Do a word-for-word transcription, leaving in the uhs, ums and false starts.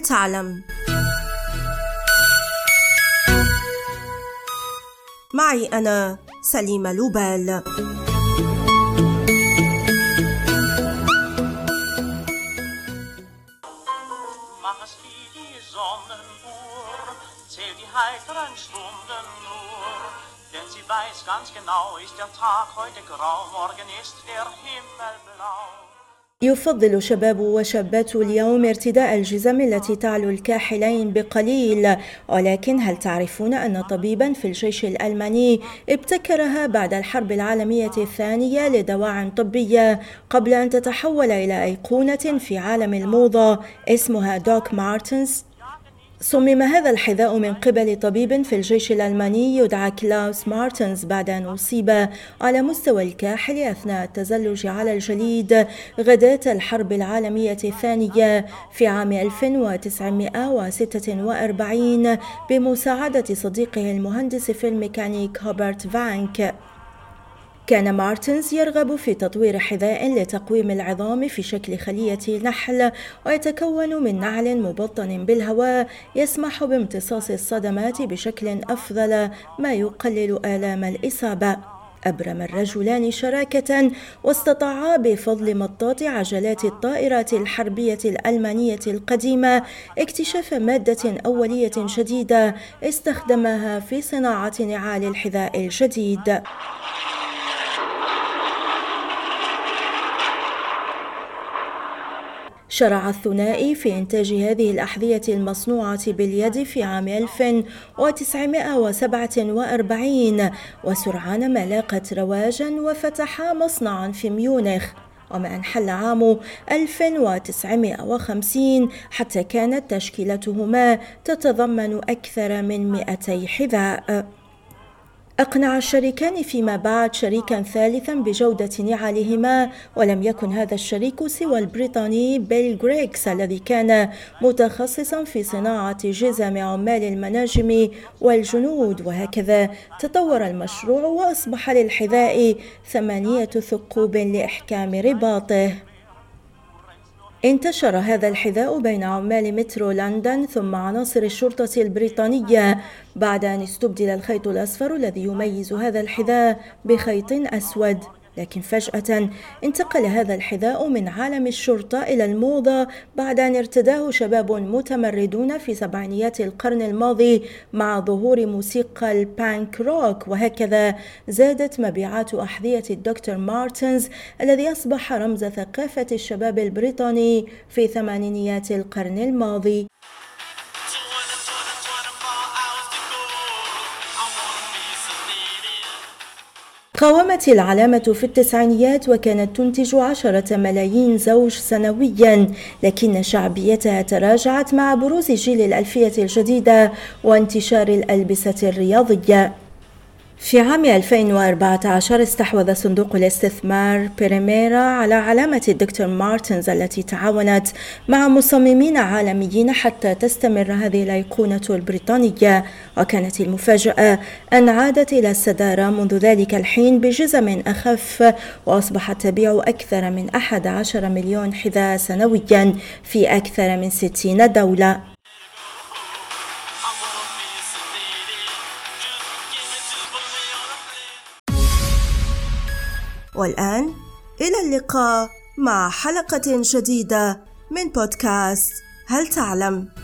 هل تعلم؟ معي أنا سليمة لوبال. يفضل شباب وشابات اليوم ارتداء الجزم التي تعلو الكاحلين بقليل، ولكن هل تعرفون أن طبيباً في الجيش الألماني ابتكرها بعد الحرب العالمية الثانية لدواعٍ طبية قبل أن تتحول إلى أيقونة في عالم الموضة اسمها دوك مارتنز؟ صمم هذا الحذاء من قبل طبيب في الجيش الألماني يدعى كلاوس مارتنز بعد أن أصيب على مستوى الكاحل أثناء التزلج على الجليد غداة الحرب العالمية الثانية في عام ألف وتسعمائة وستة وأربعين بمساعدة صديقه المهندس في الميكانيك هوبرت فانك. كان مارتنز يرغب في تطوير حذاء لتقويم العظام في شكل خلية نحل، ويتكون من نعل مبطن بالهواء يسمح بامتصاص الصدمات بشكل أفضل ما يقلل آلام الإصابة. أبرم الرجلان شراكة واستطاعا بفضل مطاط عجلات الطائرات الحربية الألمانية القديمة اكتشاف مادة أولية جديدة استخدمها في صناعة نعال الحذاء الجديد. شرع الثنائي في إنتاج هذه الأحذية المصنوعة باليد في عام ألف وتسعمائة وسبعة وأربعين، وسرعان ما لاقت رواجا وفتحا مصنعا في ميونخ. وما أن حل عام ألف وتسعمائة وخمسين حتى كانت تشكيلتهما تتضمن أكثر من مئتي حذاء. أقنع الشريكان فيما بعد شريكا ثالثا بجودة نعالهما، ولم يكن هذا الشريك سوى البريطاني بيل غريكس الذي كان متخصصا في صناعة جزم عمال المناجم والجنود. وهكذا تطور المشروع وأصبح للحذاء ثمانية ثقوب لإحكام رباطه. انتشر هذا الحذاء بين عمال مترو لندن ثم عناصر الشرطة البريطانية بعد أن استبدل الخيط الأصفر الذي يميز هذا الحذاء بخيط أسود. لكن فجأة انتقل هذا الحذاء من عالم الشرطة إلى الموضة بعد أن ارتداه شباب متمردون في سبعينيات القرن الماضي مع ظهور موسيقى البانك روك، وهكذا زادت مبيعات أحذية الدكتور مارتنز الذي أصبح رمز ثقافة الشباب البريطاني في ثمانينيات القرن الماضي. قاومت العلامة في التسعينيات وكانت تنتج عشرة ملايين زوج سنويا، لكن شعبيتها تراجعت مع بروز جيل الألفية الجديدة وانتشار الألبسة الرياضية. في عام ألفين وأربعة عشر استحوذ صندوق الاستثمار بيريميرا على علامة الدكتور مارتنز التي تعاونت مع مصممين عالميين حتى تستمر هذه الأيقونة البريطانية، وكانت المفاجأة أن عادت إلى الصدارة منذ ذلك الحين بجزم أخف، وأصبحت تبيع أكثر من أحد عشر مليون حذاء سنويا في أكثر من ستين دولة. والآن إلى اللقاء مع حلقة جديدة من بودكاست هل تعلم؟